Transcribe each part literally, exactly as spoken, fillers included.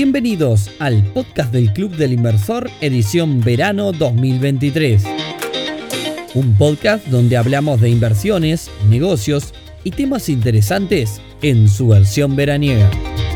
Bienvenidos al podcast del Club del Inversor, edición verano dos mil veintitrés. Un podcast donde hablamos de inversiones, negocios y temas interesantes en su versión veraniega.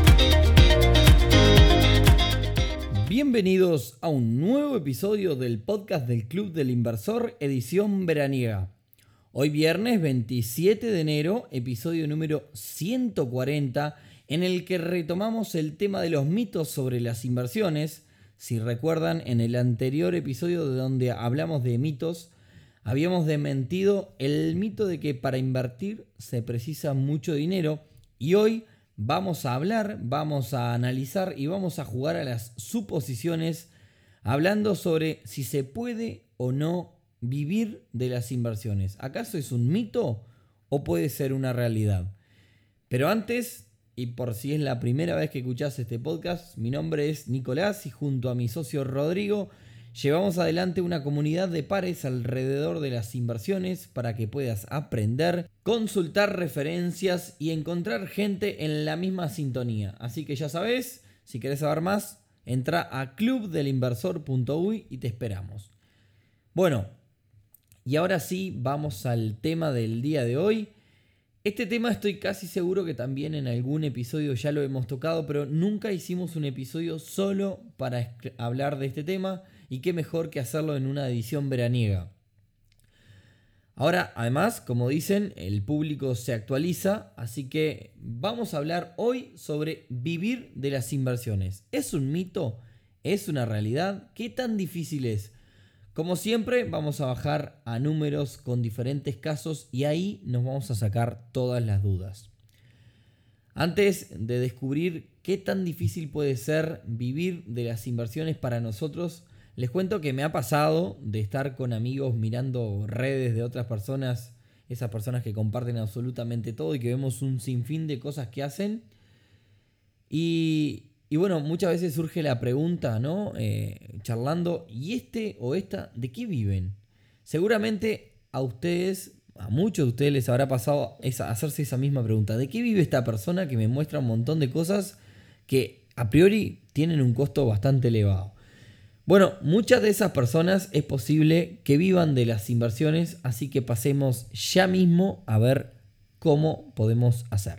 Bienvenidos a un nuevo episodio del podcast del Club del Inversor, edición veraniega. Hoy viernes veintisiete de enero, episodio número ciento cuarenta, en el que retomamos el tema de los mitos sobre las inversiones. Si recuerdan, en el anterior episodio de donde hablamos de mitos, habíamos desmentido el mito de que para invertir se precisa mucho dinero, y hoy vamos a hablar, vamos a analizar y vamos a jugar a las suposiciones, hablando sobre si se puede o no vivir de las inversiones. ¿Acaso es un mito o puede ser una realidad? Pero antes, y por si es la primera vez que escuchás este podcast, mi nombre es Nicolás y junto a mi socio Rodrigo llevamos adelante una comunidad de pares alrededor de las inversiones para que puedas aprender, consultar referencias y encontrar gente en la misma sintonía. Así que ya sabes, si querés saber más, entra a club del inversor punto uy y te esperamos. Bueno, y ahora sí vamos al tema del día de hoy. Este tema estoy casi seguro que también en algún episodio ya lo hemos tocado, pero nunca hicimos un episodio solo para hablar de este tema, y qué mejor que hacerlo en una edición veraniega. Ahora, además, como dicen, el público se actualiza, así que vamos a hablar hoy sobre vivir de las inversiones. ¿Es un mito? ¿Es una realidad? ¿Qué tan difícil es? Como siempre, vamos a bajar a números con diferentes casos y ahí nos vamos a sacar todas las dudas. Antes de descubrir qué tan difícil puede ser vivir de las inversiones para nosotros, les cuento que me ha pasado de estar con amigos mirando redes de otras personas, esas personas que comparten absolutamente todo y que vemos un sinfín de cosas que hacen. Y... Y bueno, muchas veces surge la pregunta, ¿no? Eh, charlando, ¿y este o esta de qué viven? Seguramente a ustedes, a muchos de ustedes les habrá pasado esa, hacerse esa misma pregunta. ¿De qué vive esta persona que me muestra un montón de cosas que a priori tienen un costo bastante elevado? Bueno, muchas de esas personas es posible que vivan de las inversiones, así que pasemos ya mismo a ver cómo podemos hacer.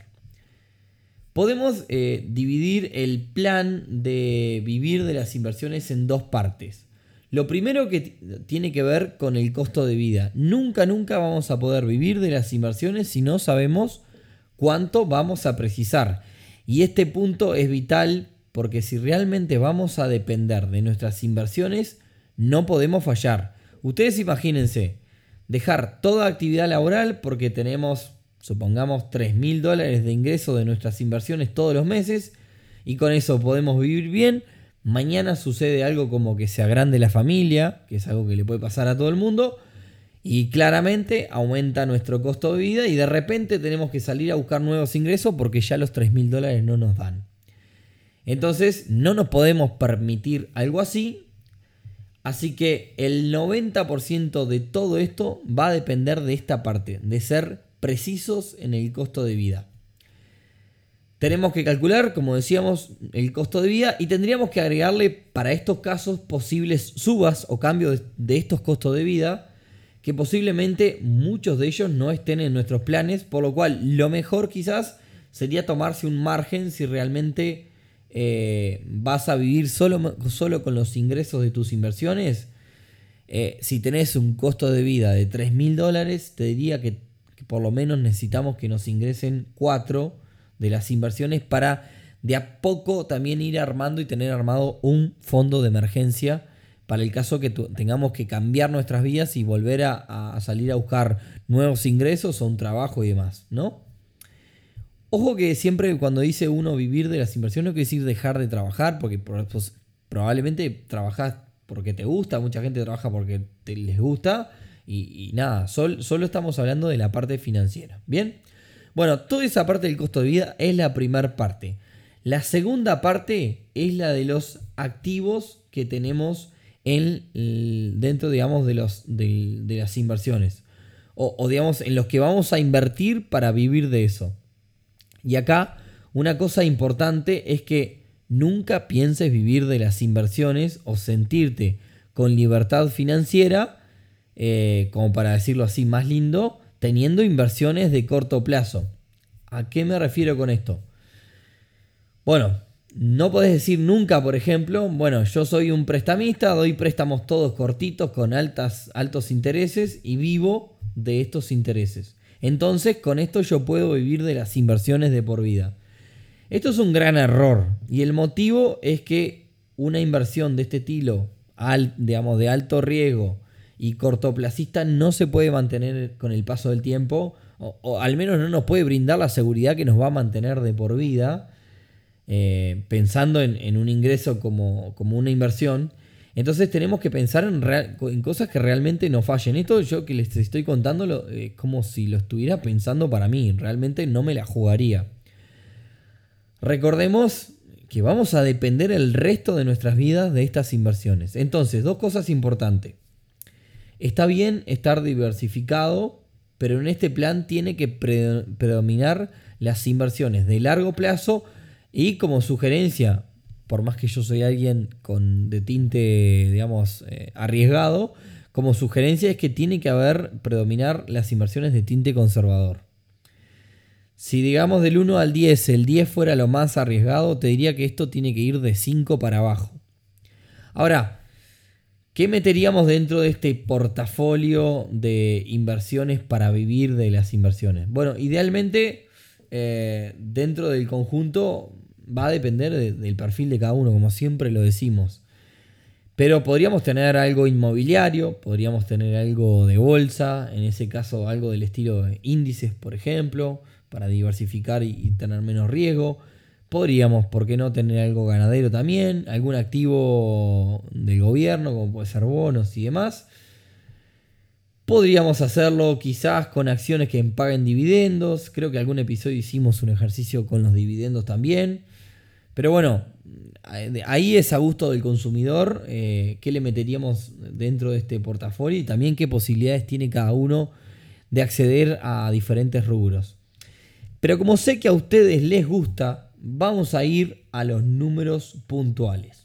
Podemos eh, dividir el plan de vivir de las inversiones en dos partes. Lo primero que t- tiene que ver con el costo de vida. Nunca, nunca vamos a poder vivir de las inversiones si no sabemos cuánto vamos a precisar. Y este punto es vital porque si realmente vamos a depender de nuestras inversiones, no podemos fallar. Ustedes imagínense, dejar toda actividad laboral porque tenemos, supongamos, tres mil dólares de ingreso de nuestras inversiones todos los meses y con eso podemos vivir bien. Mañana sucede algo como que se agrande la familia, que es algo que le puede pasar a todo el mundo, y claramente aumenta nuestro costo de vida y de repente tenemos que salir a buscar nuevos ingresos porque ya los tres mil dólares no nos dan. Entonces no nos podemos permitir algo así, así que el noventa por ciento de todo esto va a depender de esta parte, de ser precisos en el costo de vida. Tenemos que calcular, como decíamos, el costo de vida y tendríamos que agregarle para estos casos posibles subas o cambios de estos costos de vida, que posiblemente muchos de ellos no estén en nuestros planes, por lo cual lo mejor quizás sería tomarse un margen si realmente eh, vas a vivir solo, solo con los ingresos de tus inversiones. Eh, si tenés un costo de vida de tres mil dólares, te diría que por lo menos necesitamos que nos ingresen cuatro de las inversiones para de a poco también ir armando y tener armado un fondo de emergencia para el caso que tengamos que cambiar nuestras vidas y volver a, a salir a buscar nuevos ingresos o un trabajo y demás, ¿no? Ojo que siempre cuando dice uno vivir de las inversiones no quiere decir dejar de trabajar, porque pues, probablemente trabajás porque te gusta, mucha gente trabaja porque te, les gusta. Y, y nada, sol, solo estamos hablando de la parte financiera. ¿Bien? Bueno, toda esa parte del costo de vida es la primera parte. La segunda parte es la de los activos que tenemos en, dentro, digamos, de, los, de, de las inversiones. O, o, digamos, en los que vamos a invertir para vivir de eso. Y acá, una cosa importante es que nunca pienses vivir de las inversiones o sentirte con libertad financiera, eh, como para decirlo así más lindo, teniendo inversiones de corto plazo. ¿A qué me refiero con esto? Bueno, no podés decir nunca, por ejemplo, bueno, yo soy un prestamista, doy préstamos todos cortitos con altas, altos intereses y vivo de estos intereses. Entonces, con esto yo puedo vivir de las inversiones de por vida. Esto es un gran error y el motivo es que una inversión de este estilo, al, digamos, de alto riesgo y cortoplacista, no se puede mantener con el paso del tiempo, o, o al menos no nos puede brindar la seguridad que nos va a mantener de por vida, eh, pensando en, en un ingreso como, como una inversión. Entonces tenemos que pensar en, real, en cosas que realmente no fallen. Esto yo que les estoy contando es eh, como si lo estuviera pensando para mí, realmente no me la jugaría. Recordemos que vamos a depender el resto de nuestras vidas de estas inversiones. Entonces, dos cosas importantes. Está bien estar diversificado, pero en este plan tiene que predominar las inversiones de largo plazo y como sugerencia, por más que yo soy alguien con, de tinte, digamos, eh, arriesgado, como sugerencia es que tiene que haber, predominar las inversiones de tinte conservador. Si digamos del uno al diez, el diez fuera lo más arriesgado, te diría que esto tiene que ir de cinco para abajo. Ahora, ¿qué meteríamos dentro de este portafolio de inversiones para vivir de las inversiones? Bueno, idealmente eh, dentro del conjunto va a depender de, del perfil de cada uno, como siempre lo decimos. Pero podríamos tener algo inmobiliario, podríamos tener algo de bolsa, en ese caso algo del estilo de índices, por ejemplo, para diversificar y, y tener menos riesgo. Podríamos, ¿por qué no?, tener algo ganadero también, algún activo del gobierno, como puede ser bonos y demás. Podríamos hacerlo quizás con acciones que paguen dividendos. Creo que algún episodio hicimos un ejercicio con los dividendos también. Pero bueno, ahí es a gusto del consumidor eh, qué le meteríamos dentro de este portafolio y también qué posibilidades tiene cada uno de acceder a diferentes rubros. Pero como sé que a ustedes les gusta, vamos a ir a los números puntuales.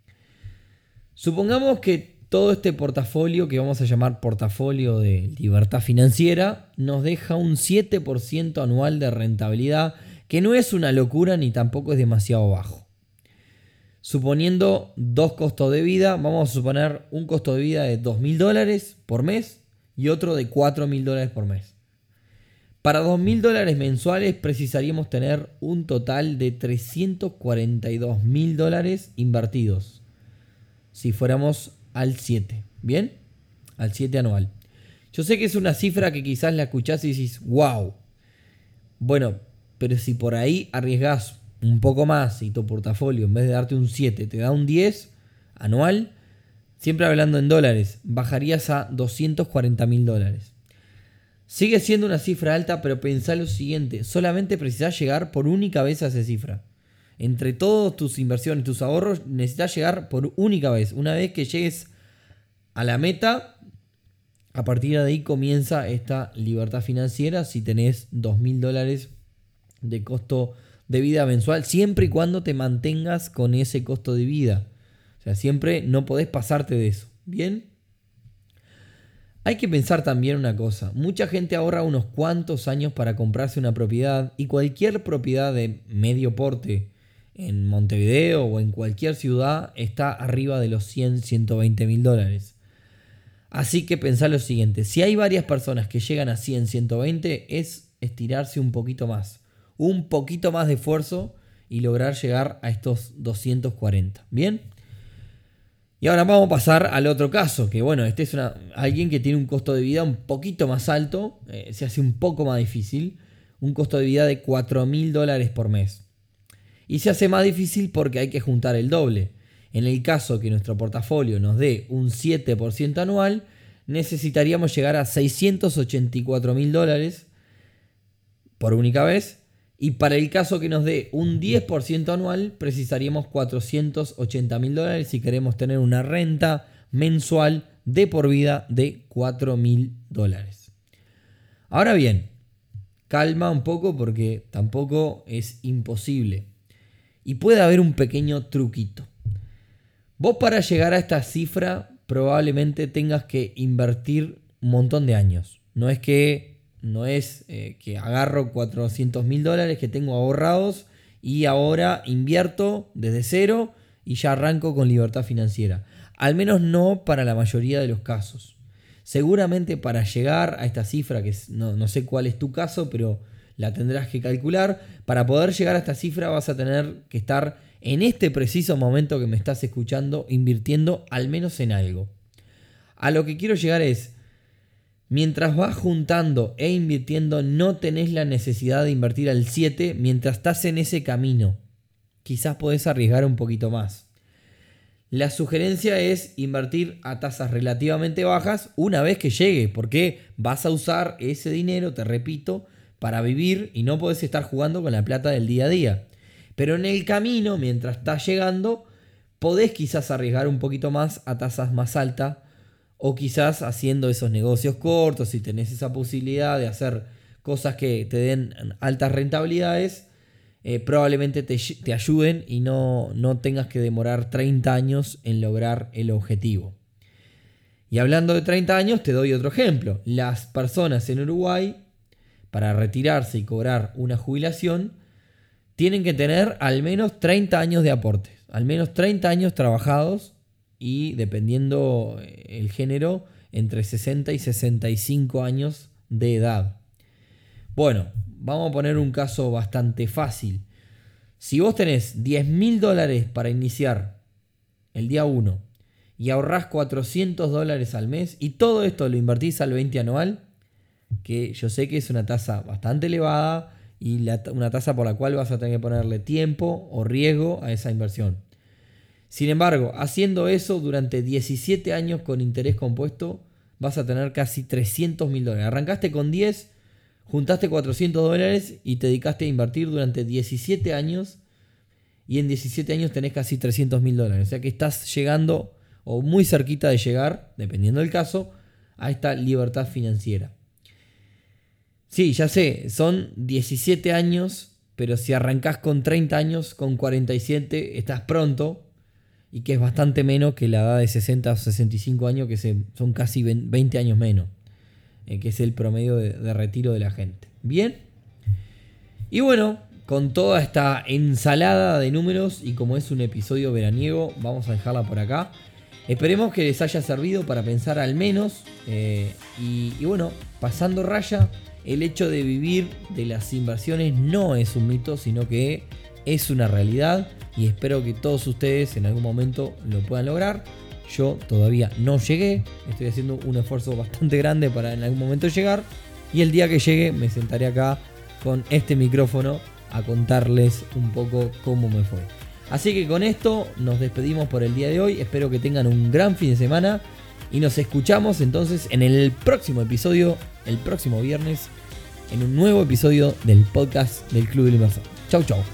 Supongamos que todo este portafolio, que vamos a llamar portafolio de libertad financiera, nos deja un siete por ciento anual de rentabilidad, que no es una locura ni tampoco es demasiado bajo. Suponiendo dos costos de vida, vamos a suponer un costo de vida de dos mil dólares por mes y otro de cuatro mil dólares por mes. Para dos mil dólares mensuales precisaríamos tener un total de trescientos cuarenta y dos mil dólares invertidos. Si fuéramos al siete, ¿bien? Al siete anual. Yo sé que es una cifra que quizás la escuchás y decís, wow. Bueno, pero si por ahí arriesgás un poco más y tu portafolio en vez de darte un siete te da un diez anual, siempre hablando en dólares, bajarías a doscientos cuarenta mil dólares. Sigue siendo una cifra alta, pero pensá lo siguiente, solamente precisás llegar por única vez a esa cifra. Entre todas tus inversiones, tus ahorros, necesitas llegar por única vez. Una vez que llegues a la meta, a partir de ahí comienza esta libertad financiera si tenés dos mil dólares de costo de vida mensual, siempre y cuando te mantengas con ese costo de vida. O sea, siempre no podés pasarte de eso. ¿Bien? Hay que pensar también una cosa, mucha gente ahorra unos cuantos años para comprarse una propiedad y cualquier propiedad de medio porte en Montevideo o en cualquier ciudad está arriba de los cien, ciento veinte mil dólares. Así que pensá lo siguiente, si hay varias personas que llegan a cien, ciento veinte, es estirarse un poquito más, un poquito más de esfuerzo y lograr llegar a estos doscientos cuarenta. ¿Bien? Y ahora vamos a pasar al otro caso, que bueno, este es una, alguien que tiene un costo de vida un poquito más alto, eh, se hace un poco más difícil, un costo de vida de cuatro mil dólares por mes. Y se hace más difícil porque hay que juntar el doble. En el caso que nuestro portafolio nos dé un siete por ciento anual, necesitaríamos llegar a seiscientos ochenta y cuatro mil dólares por única vez. Y para el caso que nos dé un diez por ciento anual, precisaríamos cuatrocientos ochenta mil dólares si queremos tener una renta mensual de por vida de cuatro mil dólares. Ahora bien, calma un poco porque tampoco es imposible. Y puede haber un pequeño truquito. Vos para llegar a esta cifra probablemente tengas que invertir un montón de años. No es que, no es, eh, que agarro cuatrocientos mil dólares que tengo ahorrados y ahora invierto desde cero y ya arranco con libertad financiera. Al menos no para la mayoría de los casos. Seguramente para llegar a esta cifra, que no, no sé cuál es tu caso, pero la tendrás que calcular. Para poder llegar a esta cifra vas a tener que estar en este preciso momento que me estás escuchando invirtiendo al menos en algo. A lo que quiero llegar es, mientras vas juntando e invirtiendo no tenés la necesidad de invertir al siete mientras estás en ese camino. Quizás podés arriesgar un poquito más. La sugerencia es invertir a tasas relativamente bajas una vez que llegue, porque vas a usar ese dinero, te repito, para vivir y no podés estar jugando con la plata del día a día. Pero en el camino, mientras estás llegando, podés quizás arriesgar un poquito más a tasas más altas o quizás haciendo esos negocios cortos, si tenés esa posibilidad de hacer cosas que te den altas rentabilidades, eh, probablemente te, te ayuden y no, no tengas que demorar treinta años en lograr el objetivo. Y hablando de treinta años, te doy otro ejemplo. Las personas en Uruguay, para retirarse y cobrar una jubilación, tienen que tener al menos treinta años de aportes, al menos treinta años trabajados y, dependiendo el género, entre sesenta y sesenta y cinco años de edad. Bueno, vamos a poner un caso bastante fácil. Si vos tenés diez mil dólares para iniciar el día uno y ahorrás cuatrocientos dólares al mes y todo esto lo invertís al veinte anual, que yo sé que es una tasa bastante elevada y la, una tasa por la cual vas a tener que ponerle tiempo o riesgo a esa inversión. Sin embargo, haciendo eso durante diecisiete años con interés compuesto, vas a tener casi trescientos mil dólares. Arrancaste con diez, juntaste cuatrocientos dólares y te dedicaste a invertir durante diecisiete años y en diecisiete años tenés casi trescientos mil dólares. O sea que estás llegando o muy cerquita de llegar, dependiendo del caso, a esta libertad financiera. Sí, ya sé, son diecisiete años, pero si arrancás con treinta años, con cuarenta y siete estás pronto, y que es bastante menos que la edad de sesenta o sesenta y cinco años, que se, son casi veinte años menos, eh, que es el promedio de, de retiro de la gente. Bien, y bueno, con toda esta ensalada de números, y como es un episodio veraniego, vamos a dejarla por acá. Esperemos que les haya servido para pensar al menos, eh, y, y bueno, pasando raya. El hecho de vivir de las inversiones no es un mito, sino que es una realidad y espero que todos ustedes en algún momento lo puedan lograr. Yo todavía no llegué, estoy haciendo un esfuerzo bastante grande para en algún momento llegar y el día que llegue me sentaré acá con este micrófono a contarles un poco cómo me fue. Así que con esto nos despedimos por el día de hoy, espero que tengan un gran fin de semana. Y nos escuchamos entonces en el próximo episodio, el próximo viernes, en un nuevo episodio del podcast del Club del Inversor. Chau, chau.